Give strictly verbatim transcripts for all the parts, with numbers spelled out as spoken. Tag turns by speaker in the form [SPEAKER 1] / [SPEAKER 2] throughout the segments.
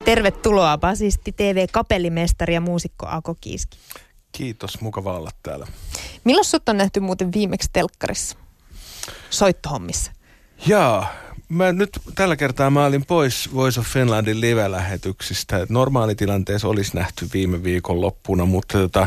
[SPEAKER 1] Tervetuloa basisti, T V-kapellimestari ja muusikko Ako Kiiski.
[SPEAKER 2] Kiitos, mukava olla täällä.
[SPEAKER 1] Milloin sut on nähty muuten viimeksi telkkarissa, soittohommissa?
[SPEAKER 2] Jaa, mä nyt tällä kertaa mä olin pois Voice of Finlandin live-lähetyksistä. Normaalitilanteessa olisi nähty viime viikon loppuna, mutta tota,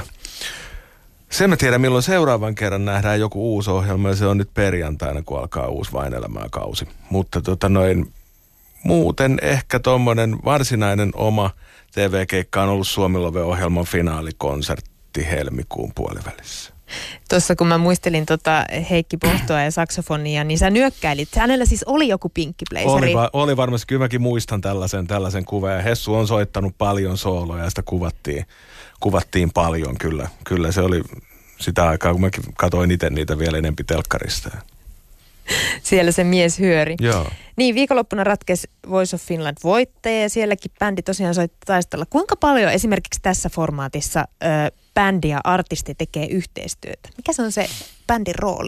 [SPEAKER 2] sen mä tiedän milloin seuraavan kerran nähdään joku uusi ohjelma ja se on nyt perjantaina, kun alkaa uusi Vain elämää -kausi. Mutta tota noin, muuten ehkä tommonen varsinainen oma T V-keikka on ollut Suomi-Love-ohjelman finaalikonsertti helmikuun puolivälissä.
[SPEAKER 1] Tuossa kun mä muistelin tota Heikki Pohtoa ja saksofonia, niin sä nyökkäilit. Hänellä siis oli joku pinkkipleiseri.
[SPEAKER 2] Oli, va- oli varmasti, kyllä mäkin muistan tällaisen, tällaisen kuvan. Ja Hessu on soittanut paljon sooloja ja sitä kuvattiin, kuvattiin paljon kyllä. Kyllä se oli sitä aikaa, kun mä katsoin itse niitä vielä enempi telkkarista.
[SPEAKER 1] Siellä se mies hyöri.
[SPEAKER 2] Joo.
[SPEAKER 1] Niin, viikonloppuna ratkesi Voice of Finland voittaja ja sielläkin bändi tosiaan soitti taistella. Kuinka paljon esimerkiksi tässä formaatissa ö, bändi ja artisti tekee yhteistyötä? Mikä se on se bändin rooli?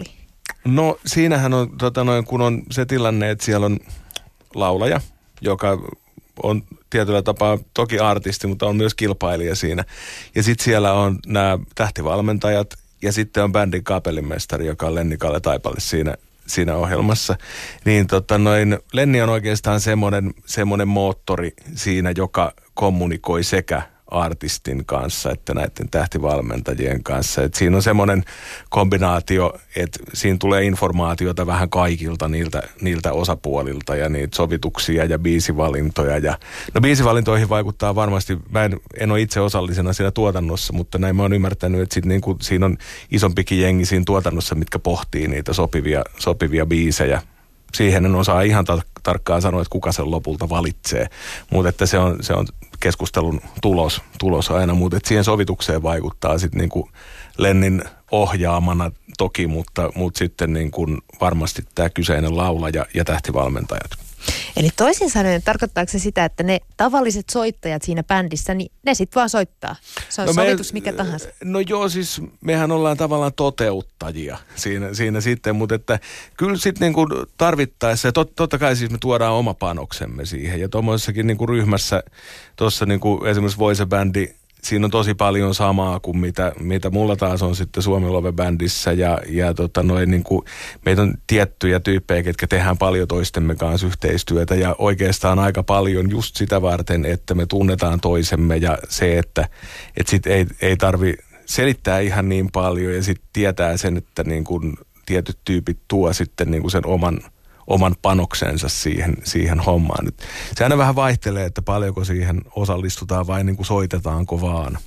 [SPEAKER 2] No siinähän on, tota noin, kun on se tilanne, että siellä on laulaja, joka on tietyllä tapaa toki artisti, mutta on myös kilpailija siinä. Ja sitten siellä on nämä tähtivalmentajat ja sitten on bändin kapellimestari, joka on Lenni-Kalle Taipalle siinä siinä ohjelmassa, niin tota noin, Lenni on oikeastaan semmoinen, semmoinen moottori siinä, joka kommunikoi sekä artistin kanssa että näiden tähtivalmentajien kanssa. Et siinä on semmoinen kombinaatio, että siinä tulee informaatiota vähän kaikilta niiltä, niiltä osapuolilta ja niitä sovituksia ja biisivalintoja. Ja, no biisivalintoihin vaikuttaa varmasti, mä en, en ole itse osallisena siinä tuotannossa, mutta näin mä oon ymmärtänyt, että sit niinku, siinä on isompikin jengi siinä tuotannossa, mitkä pohtii niitä sopivia, sopivia biisejä. Siihen en osaa ihan tar- tarkkaan sanoa, että kuka sen lopulta valitsee, mutta että se on, se on keskustelun tulos, tulos aina, mutta että siihen sovitukseen vaikuttaa sitten niinku Lennin ohjaamana toki, mutta, mutta sitten niinku varmasti tämä kyseinen laulaja ja tähtivalmentajat.
[SPEAKER 1] Eli toisin sanoen, tarkoittaako se sitä, että ne tavalliset soittajat siinä bändissä, niin ne sitten vaan soittaa? Se on no sovitus me, mikä tahansa.
[SPEAKER 2] No joo, siis mehän ollaan tavallaan toteuttajia siinä, siinä sitten, mutta että kyllä sitten niinku tarvittaessa, ja tot, totta kai siis me tuodaan oma panoksemme siihen, ja tuommoisessakin niinku ryhmässä, tuossa niinku esimerkiksi Voice-bändi, siinä on tosi paljon samaa kuin mitä, mitä mulla taas on sitten Suomi-Love-bändissä ja, ja tota noin, niin kuin, meitä on tiettyjä tyyppejä, ketkä tehdään paljon toistemme kanssa yhteistyötä ja oikeastaan aika paljon just sitä varten, että me tunnetaan toisemme ja se, että et sit ei, ei tarvi selittää ihan niin paljon ja sitten tietää sen, että niin kuin tietyt tyypit tuo sitten niin kuin sen oman oman panoksensa siihen, siihen hommaan. Nyt se aina vähän vaihtelee, että paljonko siihen osallistutaan vai niin kuin soitetaanko vaan.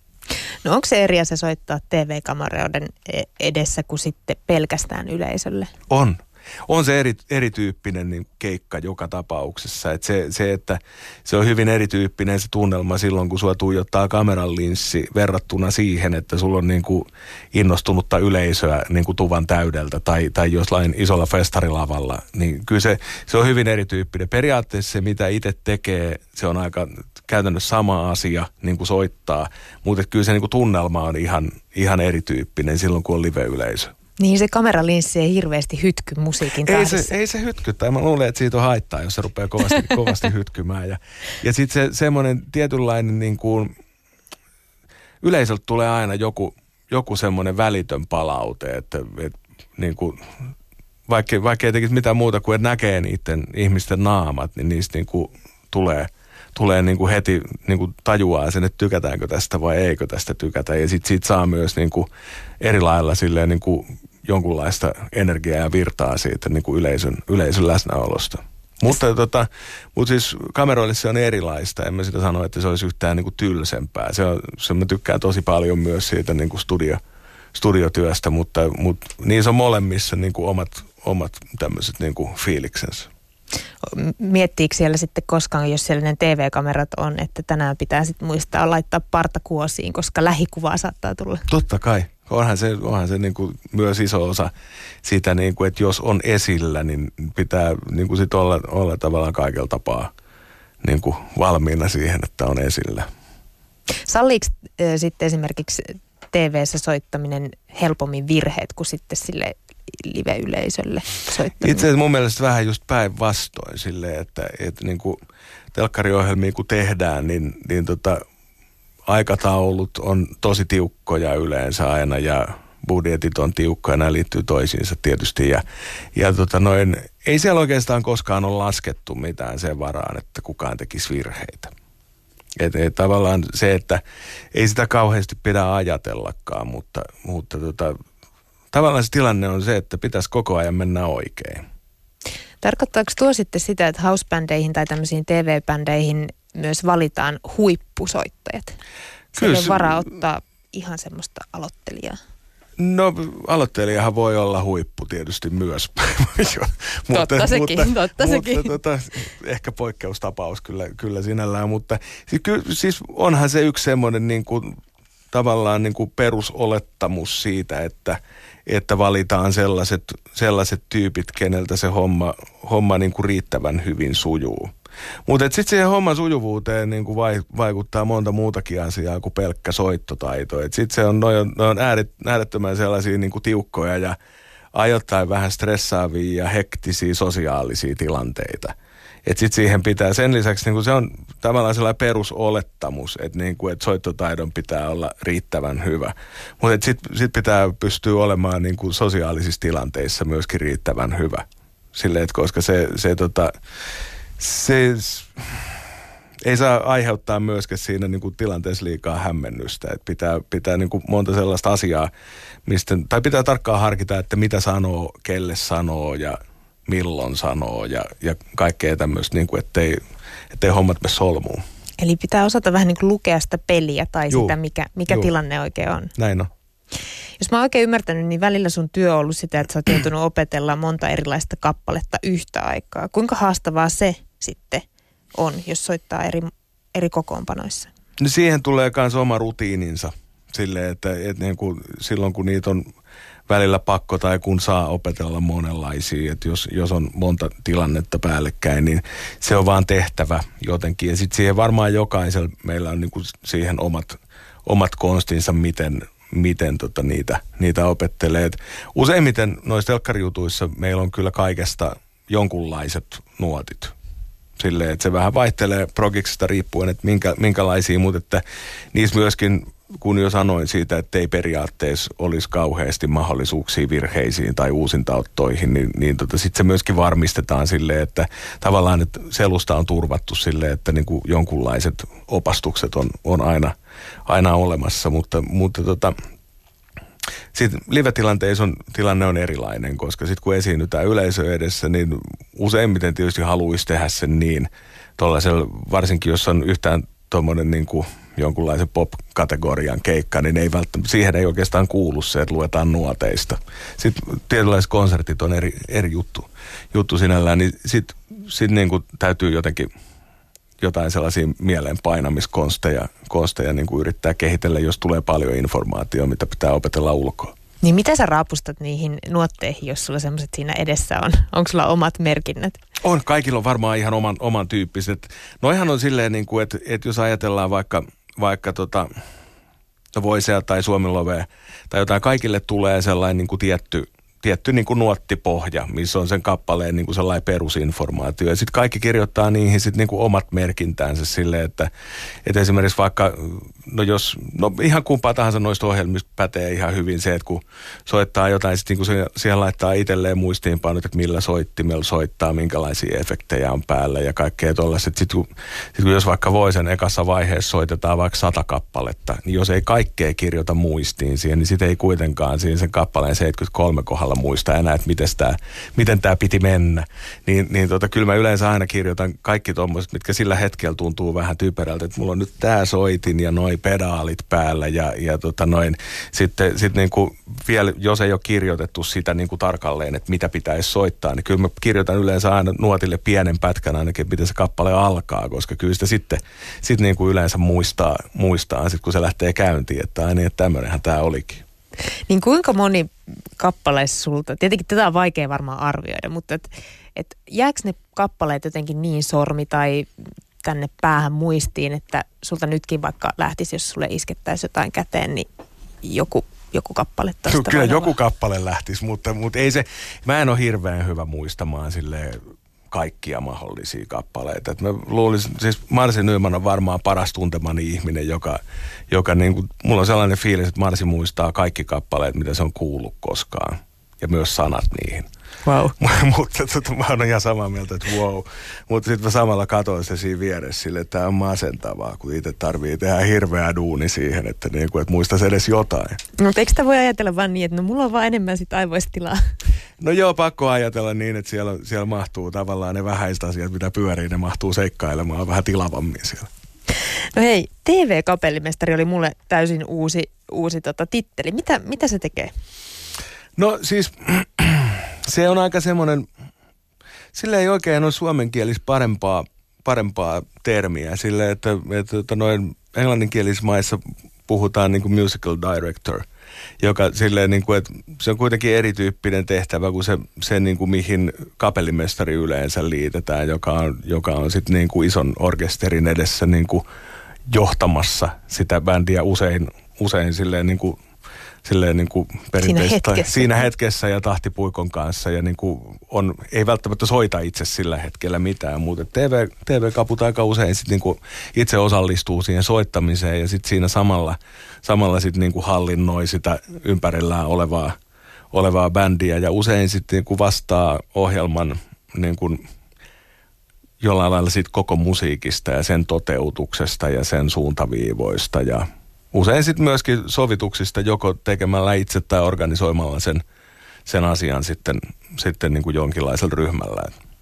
[SPEAKER 1] No onko se eri asia soittaa T V-kameroiden edessä kuin sitten pelkästään yleisölle?
[SPEAKER 2] On. On se eri, erityyppinen niin keikka joka tapauksessa. Et se, se, että se on hyvin erityyppinen se tunnelma silloin, kun sua tuijottaa kameran linssi verrattuna siihen, että sulla on niin kuin innostunutta yleisöä niin kuin tuvan täydeltä tai, tai joslain isolla festarilavalla. Niin kyllä se, se on hyvin erityyppinen. Periaatteessa se, mitä itse tekee, se on aika käytännössä sama asia niin kuin soittaa, mutta kyllä se niin kuin tunnelma on ihan, ihan erityyppinen silloin, kun on live-yleisö.
[SPEAKER 1] Niin se kameralinssi ei hirveästi hytky musiikin tahdissa.
[SPEAKER 2] Ei se, ei se hytky, tai mä luulen, että siitä on haittaa, jos se rupeaa kovasti, kovasti hytkymään. Ja, ja sitten se semmoinen tietynlainen niin kuin, yleisöltä tulee aina joku, joku semmoinen välitön palaute, että, että niin kuin, vaikka, vaikka ei tekisi mitään muuta kuin että näkee niiden ihmisten naamat, niin niistä niin kuin tulee, tulee niin kuin heti niin kuin tajuaa sen, että tykätäänkö tästä vai eikö tästä tykätä. Ja sitten siitä saa myös niin kuin eri lailla silleen niin kuin jonkunlaista energiaa ja virtaa siitä niin kuin yleisön, yleisön läsnäolosta. Mutta, tota, mutta siis kameroille se on erilaista. En mä sitä sano, että se olisi yhtään niin kuin tylsempää. Se on, se mä tykkään tosi paljon myös siitä niin kuin studio, studiotyöstä, mutta, mutta niissä on molemmissa niin kuin omat, omat tämmöiset niin kuin fiiliksensä.
[SPEAKER 1] Miettiikö siellä sitten koskaan, jos sellainen T V-kamerat on, että tänään pitää sitten muistaa laittaa parta kuosiin, koska lähikuvaa saattaa tulla?
[SPEAKER 2] Totta kai. Onhan se, onhan se niin kuin myös iso osa siitä, niin kuin, että jos on esillä, niin pitää niin kuin sit olla, olla tavallaan kaikella tapaa niin kuin valmiina siihen, että on esillä.
[SPEAKER 1] Salliiko äh, sitten esimerkiksi T V:ssä soittaminen helpommin virheet kuin sitten sille live-yleisölle soittaminen?
[SPEAKER 2] Itse asiassa mun mielestä vähän just päinvastoin silleen, että, että niin kuin telkkariohjelmia kun tehdään, niin, niin tota, aikataulut on tosi tiukkoja yleensä aina ja budjetit on tiukkoja, nämä liittyy toisiinsa tietysti ja, ja tota noin, ei siellä oikeastaan koskaan ole laskettu mitään sen varaan, että kukaan tekisi virheitä. Et, et tavallaan se, että ei sitä kauheasti pidä ajatellakaan, mutta, mutta tota, tavallaan se tilanne on se, että pitäisi koko ajan mennä oikein.
[SPEAKER 1] Tarkoittaako tuo sitten sitä, että housebändeihin tai tämmöisiin T V-bändeihin myös valitaan huippusoittajat? Kyllä on varaa ottaa ihan semmoista aloittelijaa.
[SPEAKER 2] No aloittelijahan voi olla huippu tietysti myös.
[SPEAKER 1] mutta, totta sekin, mutta, totta
[SPEAKER 2] mutta,
[SPEAKER 1] sekin.
[SPEAKER 2] Tota, ehkä poikkeustapaus kyllä, kyllä sinällään, mutta siis, ky, siis onhan se yksi semmoinen niin kuin, tavallaan niin kuin perusolettamus siitä, että, että valitaan sellaiset, sellaiset tyypit, keneltä se homma, homma niin kuin riittävän hyvin sujuu. Mutta sitten siihen homman sujuvuuteen niin kuin vaikuttaa monta muutakin asiaa kuin pelkkä soittotaito. Sitten se on, noi on, noi on äärettömän sellaisia niin kuin tiukkoja ja ajoittain vähän stressaavia ja hektisiä sosiaalisia tilanteita. Että sitten siihen pitää, sen lisäksi niin kuin se on tavallaan sellainen perusolettamus, että niin kuin, että soittotaidon pitää olla riittävän hyvä. Mutta sitten sit pitää pystyä olemaan niin kuin sosiaalisissa tilanteissa myöskin riittävän hyvä. Silleen, että koska se, se tota... Se ei saa aiheuttaa myöskään siinä niin kuin tilanteessa liikaa hämmennystä. Että pitää pitää niin kuin monta sellaista asiaa, mistä, tai pitää tarkkaan harkita, että mitä sanoo, kelle sanoo ja milloin sanoo ja, ja kaikkea tämmöistä, niin kuin, ettei, ettei hommat mene solmuun.
[SPEAKER 1] Eli pitää osata vähän niin kuin lukea sitä peliä tai Juu. sitä, mikä, mikä tilanne oikein on.
[SPEAKER 2] Näin on.
[SPEAKER 1] Jos mä oon oikein ymmärtänyt, niin välillä sun työ on ollut sitä, että sä oot joutunut opetella monta erilaista kappaletta yhtä aikaa. Kuinka haastavaa se sitten on, jos soittaa eri, eri kokoonpanoissa?
[SPEAKER 2] No siihen tulee myös oma rutiininsa silleen, että, että niin kuin silloin kun niitä on välillä pakko tai kun saa opetella monenlaisia, että jos, jos on monta tilannetta päällekkäin, niin se on vaan tehtävä jotenkin. Ja sitten siihen varmaan jokaisella meillä on niin kuin siihen omat, omat konstinsa, miten miten tota niitä, niitä opettelee. Et useimmiten noissa telkkarijutuissa meillä on kyllä kaikesta jonkunlaiset nuotit. Silleen, että se vähän vaihtelee progiksesta riippuen, että minkä, minkälaisia, mutta että niissä myöskin, kun jo sanoin siitä, että ei periaatteessa olisi kauheasti mahdollisuuksia virheisiin tai uusintaottoihin, niin, niin tota, sitten se myöskin varmistetaan silleen, että tavallaan että selusta on turvattu silleen, että niin kuin jonkunlaiset opastukset on, on aina, aina olemassa, mutta, mutta tota, sitten live-tilanteissa on, tilanne on erilainen, koska sitten kun esiinnytään yleisö edessä, niin useimmiten tietysti haluaisi tehdä sen niin, tuollaisella, varsinkin jos on yhtään tuommoinen niin kuin jonkunlaisen pop-kategorian keikka, niin ei välttämättä, siihen ei oikeastaan kuulu se, että luetaan nuoteista. Sitten tietynlaiset konsertit on eri, eri juttu, juttu sinällään, niin sitten sit niin kuin täytyy jotenkin jotain sellaisia mieleen painamiskonsteja konsteja niin kuin yrittää kehitellä, jos tulee paljon informaatiota, mitä pitää opetella ulkoa.
[SPEAKER 1] Niin mitä sä raapustat niihin nuotteihin, jos sulla semmoiset siinä edessä on? Onko sulla omat merkinnät?
[SPEAKER 2] On, kaikilla on varmaan ihan oman, oman tyyppiset. Noihan on silleen, niin kuin, että, että jos ajatellaan vaikka, vaikka tota, Voisea tai Suomilovea tai jotain, kaikille tulee sellainen niin kuin tietty, tietty niin kuin nuottipohja, missä on sen kappaleen niin kuin sellainen perusinformaatio. Ja sitten kaikki kirjoittaa niihin sit niin kuin omat merkintäänsä silleen, että, että esimerkiksi vaikka, no jos, no ihan kumpaa tahansa noista ohjelmista pätee ihan hyvin se, että kun soittaa jotain, sitten niin kuin siihen laittaa itselleen muistiinpanot, että millä soittimella soittaa, minkälaisia efektejä on päällä ja kaikkea tollaiset. Sitten kun, sit kun jos vaikka Voisen ekassa vaiheessa soitetaan vaikka sata kappaletta, niin jos ei kaikkea kirjoita muistiin siihen, niin sitten ei kuitenkaan siihen sen kappaleen seitsemänkymmentäkolme kohdalla muista enää, että miten tämä, miten tämä piti mennä. Niin, niin tota, kyllä mä yleensä aina kirjoitan kaikki tommoiset, mitkä sillä hetkellä tuntuu vähän typerältä, että mulla on nyt tämä soitin ja noi pedaalit päällä ja, ja tota noin. Sitten sit niinku vielä, jos ei ole kirjoitettu sitä niinku tarkalleen, että mitä pitäisi soittaa, niin kyllä mä kirjoitan yleensä aina nuotille pienen pätkän ainakin, miten se kappale alkaa, koska kyllä sitä sitten sit niinku yleensä muistaa, muistaa sit kun se lähtee käyntiin, että aina, että tämmöinenhän tämä olikin.
[SPEAKER 1] Niin kuinka moni kappaleissa sulta, tietenkin tätä on vaikea varmaan arvioida, mutta et, et jääkö ne kappaleet jotenkin niin sormi tai tänne päähän muistiin, että sulta nytkin vaikka lähtisi, jos sulle iskettäisi jotain käteen, niin joku, joku kappale tuosta?
[SPEAKER 2] Kyllä joku kappale lähtisi, mutta, mutta ei se, mä en ole hirveän hyvä muistamaan silleen kaikkia mahdollisia kappaleita. Et mä luulisin, siis Marsi Nyman on varmaan paras tuntemani ihminen, joka, joka niin kuin, mulla on sellainen fiilis, että Marsi muistaa kaikki kappaleet, mitä se on kuullut koskaan. Ja myös sanat niihin.
[SPEAKER 1] Wow.
[SPEAKER 2] Mutta tota, mä oon ihan samaa mieltä, että wow. Mutta sitten mä samalla katsoin sitä siinä vieressä sille, että tää on masentavaa, kun itse tarvii tehdä hirveä duuni siihen, että, niinku, että muistaisi edes jotain.
[SPEAKER 1] No eikö sitä voi ajatella vaan niin, että no mulla on vaan enemmän sit aivoista tilaa?
[SPEAKER 2] No joo, pakko ajatella niin, että siellä, siellä mahtuu tavallaan ne vähäiset asiat, mitä pyörii, ne mahtuu seikkailemaan vähän tilavammin siellä.
[SPEAKER 1] No hei, T V-kapellimestari oli mulle täysin uusi, uusi tota, titteli. Mitä, mitä se tekee? No siis
[SPEAKER 2] se on aika semmoinen, sillä ei oikein ole suomenkielistä parempaa, parempaa termiä. Sillä, että, että, että noin englanninkielisissä maissa puhutaan niin kuin musical director, joka silleen niin kuin, että se on kuitenkin erityyppinen tehtävä kuin se, se niin kuin mihin kapellimestari yleensä liitetään, joka on, joka on sitten niin kuin ison orkesterin edessä niin kuin johtamassa sitä bändiä usein, usein silleen niin kuin silleen niin kuin perinteistä. Siinä hetkessä. Siinä hetkessä ja tahtipuikon kanssa ja niin kuin on, ei välttämättä soita itse sillä hetkellä mitään, mutta T V, T V-kaput aika usein sit niin kuin itse osallistuu siihen soittamiseen ja sitten siinä samalla, samalla sit niin kuin hallinnoi sitä ympärillään olevaa, olevaa bändiä ja usein sitten niin kuin vastaa ohjelman niin kuin jollain lailla siitä koko musiikista ja sen toteutuksesta ja sen suuntaviivoista ja usein sitten myöskin sovituksista joko tekemällä itse tai organisoimalla sen, sen asian sitten, sitten niin kuin jonkinlaisella ryhmällä.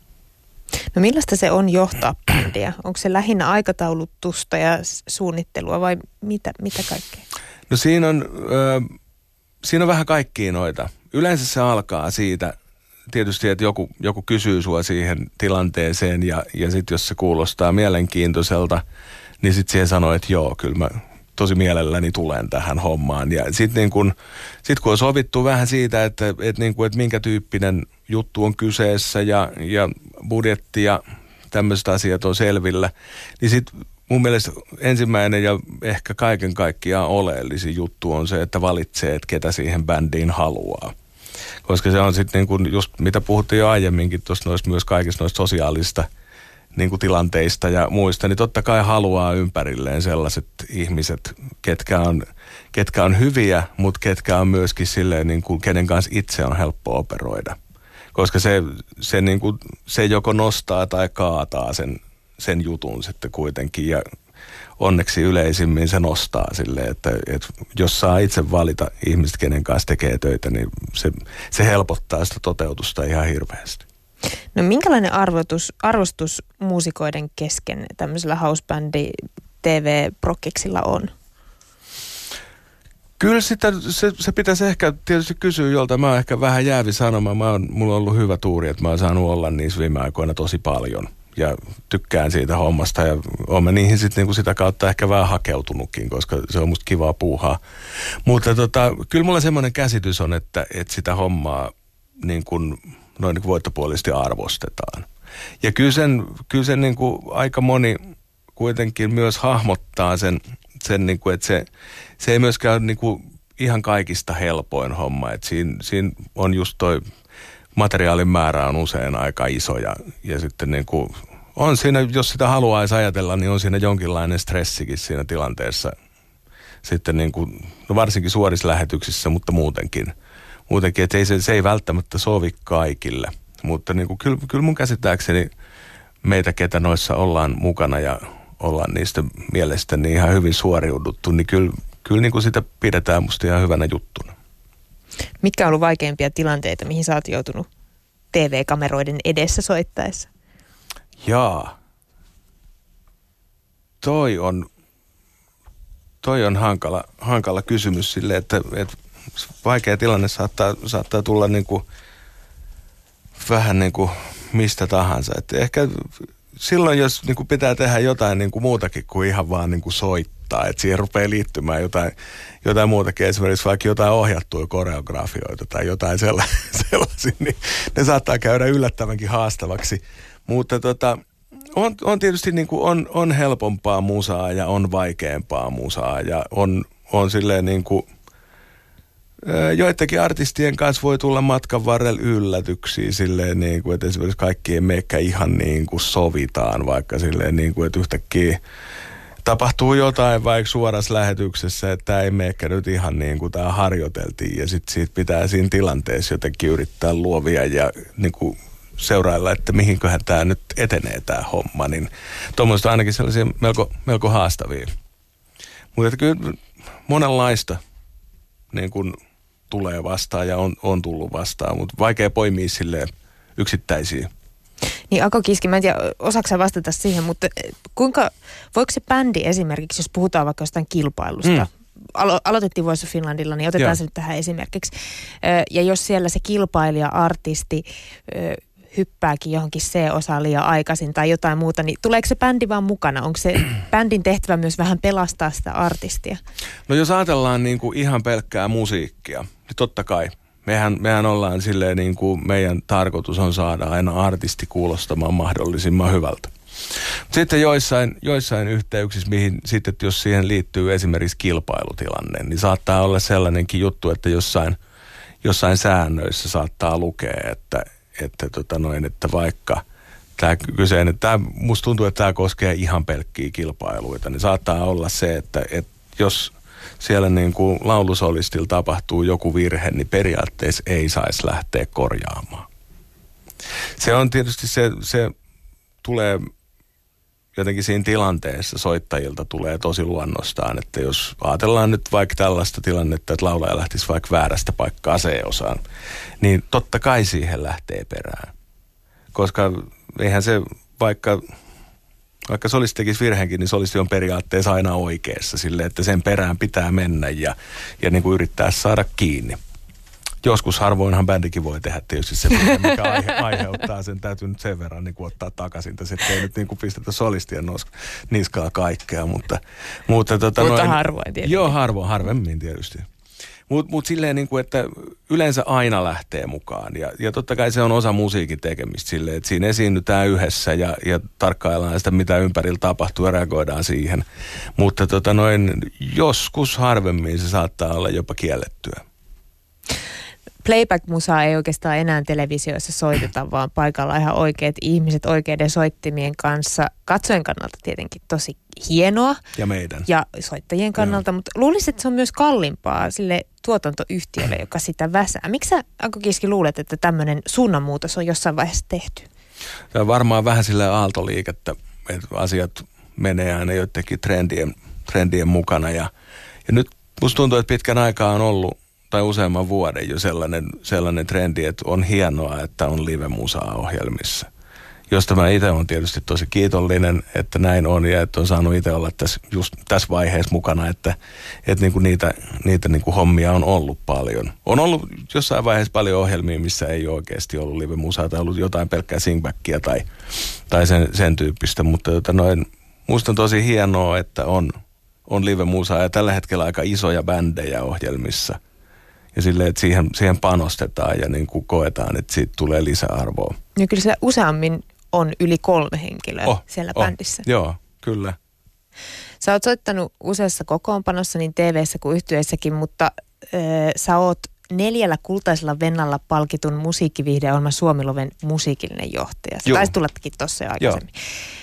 [SPEAKER 1] No millaista se on johtaa bändiä? Onko se lähinnä aikataulutusta ja suunnittelua vai mitä, mitä kaikkea?
[SPEAKER 2] No siinä on, äh, siinä on vähän kaikkia noita. Yleensä se alkaa siitä tietysti, että joku, joku kysyy sua siihen tilanteeseen ja, ja sitten jos se kuulostaa mielenkiintoiselta, niin sitten siihen sanoo, että joo, kyllä mä tosi mielelläni tulen tähän hommaan. Ja sitten niin kun, sit kun on sovittu vähän siitä, että, että, niin kun, että minkä tyyppinen juttu on kyseessä ja, ja budjetti ja tämmöiset asiat on selvillä, niin sitten mun mielestä ensimmäinen ja ehkä kaiken kaikkiaan oleellisin juttu on se, että valitsee, että ketä siihen bändiin haluaa. Koska se on sitten niin kuin just mitä puhuttiin jo aiemminkin tuossa noista myös kaikista noista sosiaalista niin kuin tilanteista ja muista, niin totta kai haluaa ympärilleen sellaiset ihmiset, ketkä on, ketkä on hyviä, mutta ketkä on myöskin silleen, niin kuin, kenen kanssa itse on helppo operoida. Koska se, se, niin kuin, se joko nostaa tai kaataa sen, sen jutun sitten kuitenkin ja onneksi yleisimmin se nostaa silleen, että, että jos saa itse valita ihmiset, kenen kanssa tekee töitä, niin se, se helpottaa sitä toteutusta ihan hirveästi.
[SPEAKER 1] No minkälainen arvostus, arvostus muusikoiden kesken tämmöisellä housebändi T V-prokkiksilla on?
[SPEAKER 2] Kyllä sitä, se, se pitäisi ehkä tietysti kysyä jolta. Mä oon ehkä vähän jäävi sanomaan. Mä oon, mulla on ollut hyvä tuuri, että mä oon saanut olla niissä viime aikoina tosi paljon. Ja tykkään siitä hommasta ja oon mä niihin sit niinku sitä kautta ehkä vähän hakeutunutkin, koska se on musta kivaa puuhaa. Mutta tota, kyllä mulla semmoinen käsitys on, että, että sitä hommaa niin kuin noin niin voittopuolisesti arvostetaan. Ja kyllä sen, kyllä sen niin kuin aika moni kuitenkin myös hahmottaa sen, sen niin kuin, että se, se ei myöskään ole niin kuin ihan kaikista helpoin homma. Että siinä, siinä on just toi materiaalin määrä on usein aika iso ja, ja sitten niin kuin on siinä, jos sitä haluaisi ajatella, niin on siinä jonkinlainen stressikin siinä tilanteessa. Sitten niin kuin, no varsinkin suorissa lähetyksissä, mutta muutenkin. Muutenkin, että ei se, se ei välttämättä sovi kaikille, mutta niin kuin, kyllä, kyllä mun käsittääkseni meitä, ketä noissa ollaan mukana ja ollaan niistä mielestäni ihan hyvin suoriuduttu, niin kyllä, kyllä niin kuin sitä pidetään musta ihan hyvänä juttuna.
[SPEAKER 1] Mitkä on ollut vaikeimpia tilanteita, mihin sä oot joutunut T V-kameroiden edessä soittaessa?
[SPEAKER 2] Jaa. Toi on, toi on hankala, hankala kysymys silleen, että, että vaikea tilanne saattaa, saattaa tulla niin kuin vähän niin kuin mistä tahansa. Että ehkä silloin, jos niin kuin pitää tehdä jotain niin kuin muutakin kuin ihan vaan niin kuin soittaa, että siihen rupeaa liittymään jotain, jotain muutakin, esimerkiksi vaikka jotain ohjattuja koreografioita tai jotain sellaisia, niin ne saattaa käydä yllättävänkin haastavaksi. Mutta tota, on, on tietysti niin kuin on, on helpompaa musaa ja on vaikeampaa musaa ja on, on silleen niin kuin Joidenkin artistien kanssa voi tulla matkan varrella yllätyksiä silleen, niin kuin, että esimerkiksi kaikki ei menekään ihan niin kuin sovitaan, vaikka silleen, niin kuin, että yhtäkkiä tapahtuu jotain vaikka suorassa lähetyksessä, että tämä ei menekään nyt ihan niin kuin tämä harjoiteltiin ja sitten siitä pitää siinä tilanteessa jotenkin yrittää luovia ja niin kuin seurailla, että mihinköhän tämä nyt etenee tämä homma, niin tuommoista ainakin sellaisia melko, melko haastavia. Mutta kyllä monenlaista niin kuin tulee vastaan ja on, on tullut vastaan, mutta vaikea poimia silleen yksittäisiä.
[SPEAKER 1] Niin Ako Kiiski, mä en tiedä, osaatko sä vastata siihen, mutta kuinka, voiko se bändi esimerkiksi, jos puhutaan vaikka jostain kilpailusta, mm. alo- aloitettiin Voice of Finlandilla, niin otetaan Joo. se nyt tähän esimerkiksi. Ja jos siellä se kilpailija, artisti hyppääkin johonkin C-osaan liian aikaisin tai jotain muuta, niin tuleeko se bändi vaan mukana? Onko se bändin tehtävä myös vähän pelastaa sitä artistia?
[SPEAKER 2] No jos ajatellaan niin kuin ihan pelkkää musiikkia, niin totta kai. Mehän, mehän ollaan silleen niin kuin meidän tarkoitus on saada aina artisti kuulostamaan mahdollisimman hyvältä. Sitten joissain, joissain yhteyksissä, mihin sitten, että jos siihen liittyy esimerkiksi kilpailutilanne, niin saattaa olla sellainenkin juttu, että jossain, jossain säännöissä saattaa lukea, että että, tota noin, että vaikka tämä kyseinen, tämä, musta tuntuu, että tämä koskee ihan pelkkiä kilpailuita, niin saattaa olla se, että, että jos siellä niin kuin laulusolistilla tapahtuu joku virhe, niin periaatteessa ei saisi lähteä korjaamaan. Se on tietysti se, se tulee jotenkin siinä tilanteessa soittajilta tulee tosi luonnostaan, että jos ajatellaan nyt vaikka tällaista tilannetta, että laulaja lähtisi vaikka väärästä paikkaa C-osaan, niin totta kai siihen lähtee perään. Koska eihän se vaikka, vaikka solisti tekisi virheenkin, niin solisti on periaatteessa aina oikeassa silleen, että sen perään pitää mennä ja, ja niin kuin yrittää saada kiinni. Joskus harvoinhan bändikin voi tehdä tietysti se, mikä aihe, aiheuttaa sen. Täytyy nyt sen verran niin kuin ottaa takaisin. Tässä ei nyt niin kuin pistetä solistien nos, niskaa kaikkea, mutta... Mutta, tota,
[SPEAKER 1] mutta
[SPEAKER 2] noin,
[SPEAKER 1] harvoin tietysti.
[SPEAKER 2] Joo, harvoin, harvemmin tietysti. Mutta mut silleen, niin kuin, että yleensä aina lähtee mukaan. Ja, ja totta kai se on osa musiikin tekemistä silleen, että siinä esiinnytään yhdessä ja, ja tarkkaillaan sitä, mitä ympärillä tapahtuu ja reagoidaan siihen. Mutta tota, noin, joskus harvemmin se saattaa olla jopa kiellettyä.
[SPEAKER 1] Playback-musaa ei oikeastaan enää televisioissa soiteta, vaan paikalla ihan oikeat ihmiset oikeiden soittimien kanssa. Katsojen kannalta tietenkin tosi hienoa.
[SPEAKER 2] Ja meidän.
[SPEAKER 1] Ja soittajien kannalta, Joo. mutta luulisin, että se on myös kalliimpaa sille tuotantoyhtiölle, joka sitä väsää. Miksi sä, Ako Kiiski, luulet, että tämmöinen suunnanmuutos on jossain vaiheessa tehty?
[SPEAKER 2] Tämä on varmaan vähän silleen aaltoliikettä, että asiat menee aina jotenkin trendien, trendien mukana. Ja, ja nyt musta tuntuu, että pitkän aikaa on ollut tai useamman vuoden jo sellainen, sellainen trendi, että on hienoa, että on live-musaa ohjelmissa. Josta mä itse olen tietysti tosi kiitollinen, että näin on ja että on saanut itse olla tässä, just tässä vaiheessa mukana, että, että niinku niitä, niitä niinku hommia on ollut paljon. On ollut jossain vaiheessa paljon ohjelmia, missä ei oikeasti ollut live-musaa tai ollut jotain pelkkää singbackia tai, tai sen, sen tyyppistä, mutta tota noin, musta on tosi hienoa, että on, on live-musaa ja tällä hetkellä aika isoja bändejä ohjelmissa. Ja silleen, että siihen, siihen panostetaan ja niin kuin koetaan, että siitä tulee lisäarvoa.
[SPEAKER 1] Ja kyllä siellä useammin on yli kolme henkilöä
[SPEAKER 2] oh,
[SPEAKER 1] siellä
[SPEAKER 2] oh,
[SPEAKER 1] bändissä.
[SPEAKER 2] Joo, kyllä.
[SPEAKER 1] Sä oot soittanut useassa kokoonpanossa niin T V:ssä kuin yhtyeissäkin, mutta äh, sä oot neljällä kultaisella vennalla palkitun musiikkiviihdeohjelman Suomi-loven musiikillinen johtaja. Sä taisi tullakin tuossa jo aikaisemmin.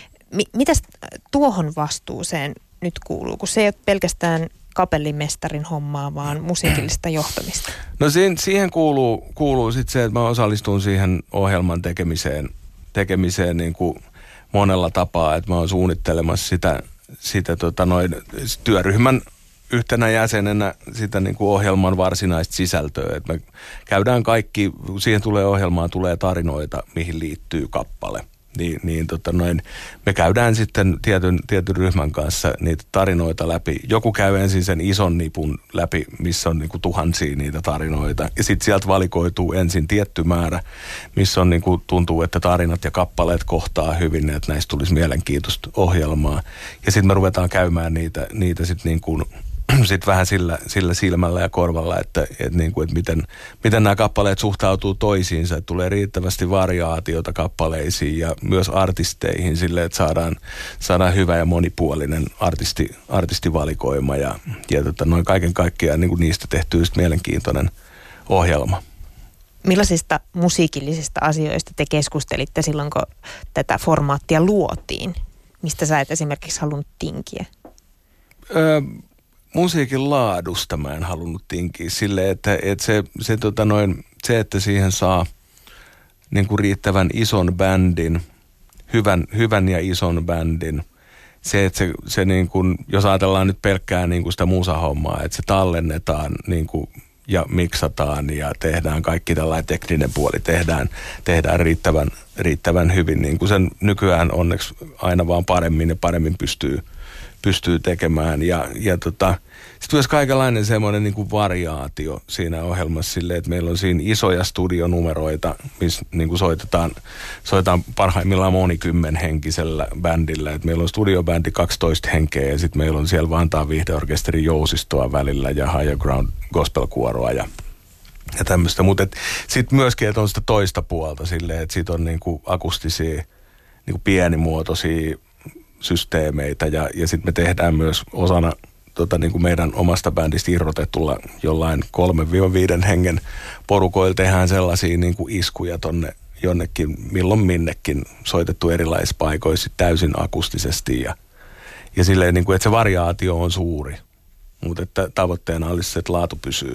[SPEAKER 1] M- mitäs tuohon vastuuseen nyt kuuluu, kun se ei ole pelkästään kapellimestarin hommaa, vaan musiikillista johtamista?
[SPEAKER 2] No siihen, siihen kuuluu, kuuluu sitten se, että mä osallistun siihen ohjelman tekemiseen, tekemiseen niin kuin monella tapaa, että mä oon suunnittelemassa sitä, sitä tota noin, työryhmän yhtenä jäsenenä sitä niin kuin ohjelman varsinaista sisältöä. Että me käydään kaikki, siihen tulee ohjelmaan, tulee tarinoita, mihin liittyy kappale. Niin, niin tota noin, me käydään sitten tietyn, tietyn ryhmän kanssa niitä tarinoita läpi. Joku käy ensin sen ison nipun läpi, missä on niinku tuhansia niitä tarinoita. Ja sitten sieltä valikoituu ensin tietty määrä, missä on niinku, tuntuu, että tarinat ja kappaleet kohtaa hyvin, että näistä tulisi mielenkiintoista ohjelmaa. Ja sitten me ruvetaan käymään niitä, niitä sitten niinku sitten vähän sillä, sillä silmällä ja korvalla, että, että, niin kuin, että miten, miten nämä kappaleet suhtautuu toisiinsa, että tulee riittävästi variaatiota kappaleisiin ja myös artisteihin sille, että saadaan, saadaan hyvä ja monipuolinen artisti, artistivalikoima ja, ja tota, noin kaiken kaikkiaan niin kuin niistä tehtyy mielenkiintoinen ohjelma.
[SPEAKER 1] Millaisista musiikillisista asioista te keskustelitte silloin, kun tätä formaattia luotiin? Mistä sä et esimerkiksi halunnut tinkiä?
[SPEAKER 2] Öö, musiikin laadusta mä en halunnut tinkiä silleen, että, että se, se, tota noin, se, että siihen saa niin kuin riittävän ison bändin, hyvän, hyvän ja ison bändin. Se, että se, se niin kuin, jos ajatellaan nyt pelkkää niin kuin sitä musahommaa, että se tallennetaan niin kuin ja miksataan ja tehdään kaikki tällainen tekninen puoli, tehdään, tehdään riittävän, riittävän hyvin. Niin kuin sen nykyään onneksi aina vaan paremmin ja paremmin pystyy, pystyy tekemään. Ja, ja tota, sitten myös kaikenlainen semmoinen niin kuin variaatio siinä ohjelmassa silleen, että meillä on siinä isoja studionumeroita, missä niin kuin soitetaan, soitetaan parhaimmillaan monikymmenhenkisellä bändillä. Et meillä on studiobändi kaksitoista henkeä ja sitten meillä on siellä Vantaan viihdeorkesterin jousistoa välillä ja Higher Ground gospelkuoroa ja, ja tämmöistä. Mutta sitten myöskin, että on sitä toista puolta silleen, että sitten on niin kuin akustisia, niin kuin pienimuotoisia systeemeitä ja, ja sitten me tehdään myös osana tota, niin kuin meidän omasta bändistä irrotetulla jollain kolmen viiden hengen porukoilla tehdään sellaisia niin kuin iskuja tonne jonnekin milloin minnekin soitettu erilaisissa paikoissa täysin akustisesti ja, ja silleen niin kuin, että se variaatio on suuri, mutta että tavoitteena olisi se, että laatu pysyy.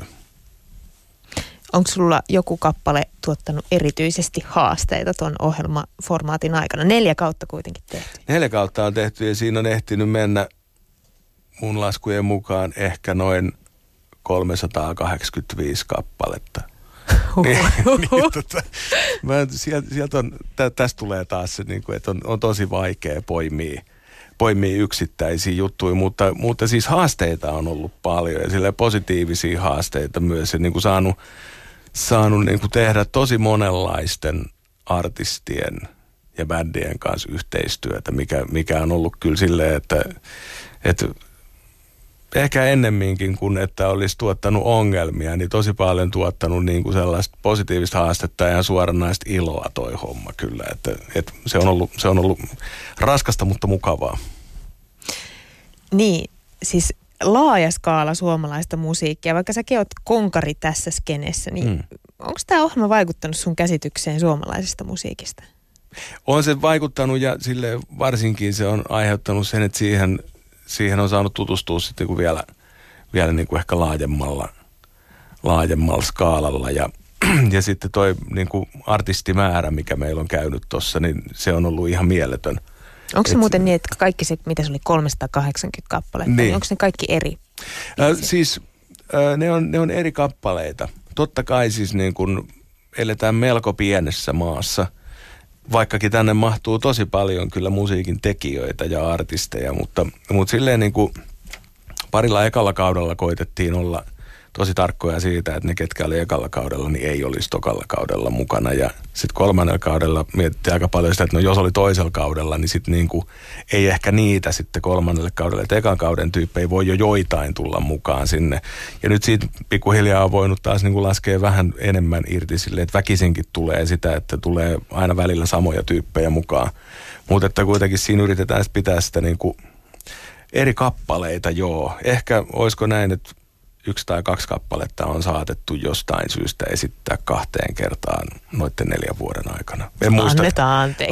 [SPEAKER 1] Onko sulla joku kappale tuottanut erityisesti haasteita ton ohjelmaformaatin aikana? Neljä kautta kuitenkin tehty.
[SPEAKER 2] Neljä kautta on tehty ja siinä on ehtinyt mennä mun laskujen mukaan ehkä noin kolmesataakahdeksankymmentäviisi kappaletta. niin, niin, tota, mä, sieltä, sieltä on, tä, tästä tulee taas se, niin kuin, että on, on tosi vaikea poimia, poimia yksittäisiä juttuja, mutta, mutta siis haasteita on ollut paljon ja silleen positiivisia haasteita myös ja niin kuin saanut, saanut niin kuin tehdä tosi monenlaisten artistien ja bändien kanssa yhteistyötä, mikä, mikä on ollut kyllä silleen, että, että ehkä ennemminkin kuin että olisi tuottanut ongelmia, niin tosi paljon tuottanut niin kuin sellaista positiivista haastetta ja suoranaista iloa toi homma kyllä. Että, että se, on ollut, se on ollut raskasta, mutta mukavaa.
[SPEAKER 1] Niin, siis laaja skaala suomalaista musiikkia, vaikka säkin oot konkari tässä skenessä, niin mm. onko tämä ohjelma vaikuttanut sun käsitykseen suomalaisesta musiikista?
[SPEAKER 2] On se vaikuttanut ja sille varsinkin se on aiheuttanut sen, että siihen Siihen on saanut tutustua sitten niin vielä, vielä niin kuin ehkä laajemmalla, laajemmalla skaalalla. Ja, ja sitten toi niin kuin artistimäärä, mikä meillä on käynyt tuossa, niin se on ollut ihan mieletön.
[SPEAKER 1] Onko se Et, muuten niin, että kaikki se, mitä se oli, kolmesataakahdeksankymmentä kappaletta, niin, niin onko ne kaikki eri?
[SPEAKER 2] Äh, siis äh, ne, on, ne on eri kappaleita. Totta kai siis niin kuin eletään melko pienessä maassa. Vaikkakin tänne mahtuu tosi paljon kyllä musiikin tekijöitä ja artisteja, mutta, mutta silleen niin kuin parilla ekalla kaudella koitettiin olla tosi tarkkoja siitä, että ne ketkä oli ekalla kaudella, niin ei olisi tokalla kaudella mukana. Ja sitten kolmannella kaudella mietittiin aika paljon sitä, että no jos oli toisella kaudella, niin sitten niin kuin ei ehkä niitä sitten kolmannelle kaudelle. Että ekan kauden tyyppejä voi jo joitain tulla mukaan sinne. Ja nyt siitä pikkuhiljaa on voinut taas niin kuin laskea vähän enemmän irti silleen, että väkisinkin tulee sitä, että tulee aina välillä samoja tyyppejä mukaan. Mutta että kuitenkin siinä yritetään sitten pitää sitä niin kuin eri kappaleita, joo. Ehkä olisiko näin, että yksi tai kaksi kappaletta on saatettu jostain syystä esittää kahteen kertaan noiden neljän vuoden aikana. En muista,
[SPEAKER 1] annetaan anteeksi.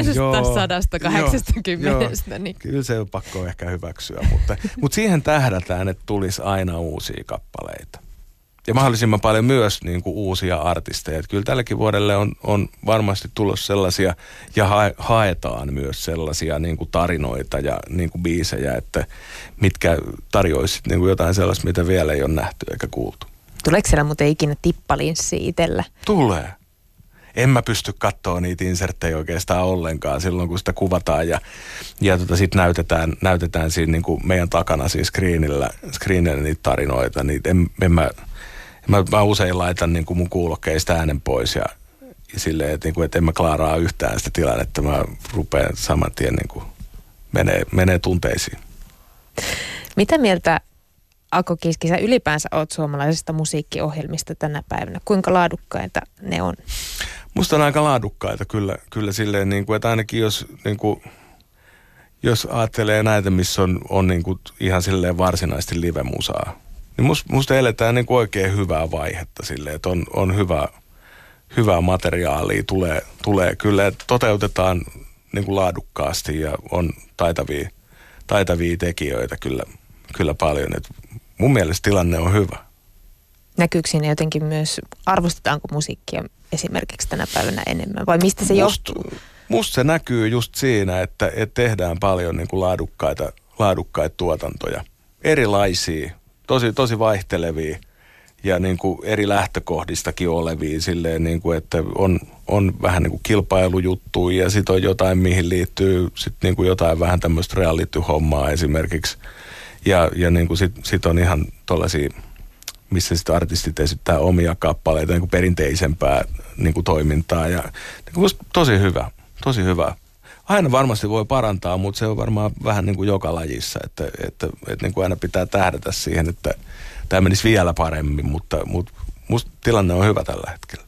[SPEAKER 1] kolmesataakahdeksankymmentä. Niin.
[SPEAKER 2] Kyllä se on pakko ehkä hyväksyä, mutta, mutta siihen tähdätään, että tulisi aina uusia kappaleita. Ja mahdollisimman paljon myös niin kuin uusia artisteja. Että kyllä tälläkin vuodelle on, on varmasti tullut sellaisia ja hae, haetaan myös sellaisia niin kuin tarinoita ja niin kuin biisejä, että mitkä tarjoisivat niin kuin jotain sellaista, mitä vielä ei ole nähty eikä kuultu.
[SPEAKER 1] Tuleeko siellä muuten ikinä tippalinssi itsellä?
[SPEAKER 2] Tulee. En mä pysty katsoa niitä inserttejä oikeastaan ollenkaan silloin, kun sitä kuvataan ja, ja tota sitten näytetään, näytetään siinä niin kuin meidän takana siis screenillä, screenillä niitä tarinoita. Niin en, en mä... Mä, mä usein laitan niin kuin mun kuulokkeista äänen pois ja, ja silleen, että, niin kuin, että en mä klaaraa yhtään sitä tilannetta. Mä rupean saman tien niin kuin menee, menee tunteisiin.
[SPEAKER 1] Mitä mieltä Ako Kiiski, sä ylipäänsä oot suomalaisesta musiikkiohjelmista tänä päivänä. Kuinka laadukkaita ne on?
[SPEAKER 2] Musta on aika laadukkaita kyllä, kyllä silleen, niin kuin, että ainakin jos, niin kuin, jos ajattelee näitä, missä on, on niin kuin ihan silleen varsinaisesti live-musaa, niin musta, musta eletään niin kuin oikein hyvää vaihetta silleen, että on, on hyvä, hyvää materiaalia, tulee, tulee kyllä, että toteutetaan niin kuin laadukkaasti ja on taitavia, taitavia tekijöitä kyllä, kyllä paljon. Et mun mielestä tilanne on hyvä.
[SPEAKER 1] Näkyykö siinä jotenkin myös, arvostetaanko musiikkia esimerkiksi tänä päivänä enemmän vai mistä se
[SPEAKER 2] Must,
[SPEAKER 1] johtuu?
[SPEAKER 2] Musta se näkyy just siinä, että, että tehdään paljon niin kuin laadukkaita, laadukkaita tuotantoja. Erilaisia, tosi, tosi vaihtelevia ja niin kuin eri lähtökohdistakin olevia silleen, niin kuin, että on, on vähän niin kuin kilpailujuttuja ja sitten on jotain, mihin liittyy sit niin kuin jotain vähän tämmöistä reality-hommaa esimerkiksi. Ja, ja niin kuin sit, sit on ihan tollaisia, missä sitten artistit esittää omia kappaleita, niin kuin perinteisempää niin kuin toimintaa. Ja niin kuin tosi hyvä, tosi hyvä. Aina varmasti voi parantaa, mutta se on varmaan vähän niin kuin joka lajissa, että, että, että niin kuin aina pitää tähdätä siihen, että tämä menisi vielä paremmin, mutta, mutta musta tilanne on hyvä tällä hetkellä.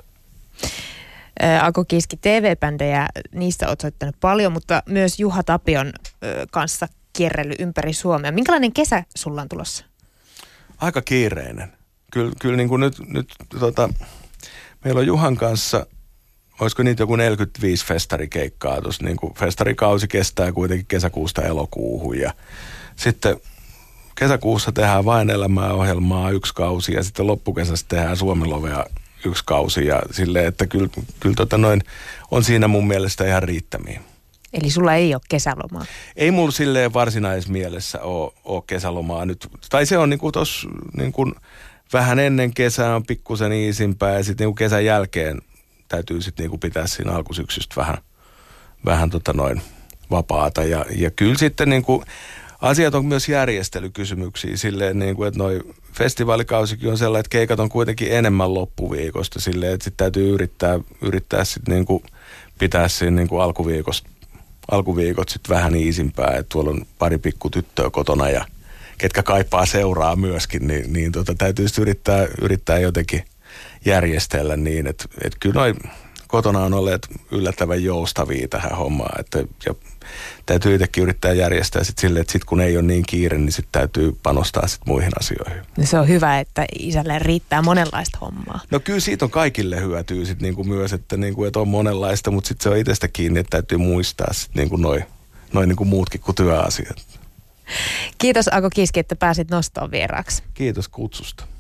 [SPEAKER 1] Ako Kiiski, T V-bändejä, niistä olet soittanut paljon, mutta myös Juha Tapion kanssa kierrellyt ympäri Suomea. Minkälainen kesä sulla on tulossa?
[SPEAKER 2] Aika kiireinen. Kyllä, kyllä niin kuin nyt, nyt tota, meillä on Juhan kanssa, olisiko niitä joku neljäkymmentäviisi festarikeikkaa tuossa, niin kuin festarikausi kestää kuitenkin kesäkuusta elokuuhun ja sitten kesäkuussa tehdään Vain elämää -ohjelmaa yksi kausi ja sitten loppukesästä tehdään Suomilovea yksi kausi ja silleen, että kyllä, kyllä tota noin, on siinä mun mielestä ihan riittämiä.
[SPEAKER 1] Eli sulla ei ole kesälomaa?
[SPEAKER 2] Ei mulla silleen varsinaisessa mielessä ole, ole kesälomaa nyt. Tai se on niinku tossa niinku vähän ennen kesää on pikkusen iisimpää ja sitten niinku kesän jälkeen täytyy sitten niinku pitää siinä alkusyksystä vähän, vähän tota noin vapaata. Ja, ja kyllä sitten niinku asiat on myös järjestelykysymyksiä silleen, niinku, että noi festivaalikausikin on sellainen, että keikat on kuitenkin enemmän loppuviikosta silleen, että sitten täytyy yrittää, yrittää sitten niinku pitää siinä niinku alkuviikosta alkuviikot sitten vähän iisimpää, että tuolla on pari pikku tyttöä kotona ja ketkä kaipaa seuraa myöskin, niin, niin tota, täytyy yrittää, yrittää jotenkin järjestellä niin, että, että kyllä noi kotona on olleet yllättävän joustavia tähän hommaan, että ja täytyy itsekin yrittää järjestää sitten silleen, että sitten kun ei ole niin kiire, niin sitten täytyy panostaa sitten muihin asioihin.
[SPEAKER 1] No se on hyvä, että isälle riittää monenlaista hommaa.
[SPEAKER 2] No kyllä siitä on kaikille hyötyä sitten niinku myös, että, niinku, että on monenlaista, mutta sitten se on itsestä kiinni, että täytyy muistaa sitten niinku noin noi niinku muutkin kuin työasiat.
[SPEAKER 1] Kiitos Ako Kiiski, että pääsit nostoon vieraaksi.
[SPEAKER 2] Kiitos kutsusta.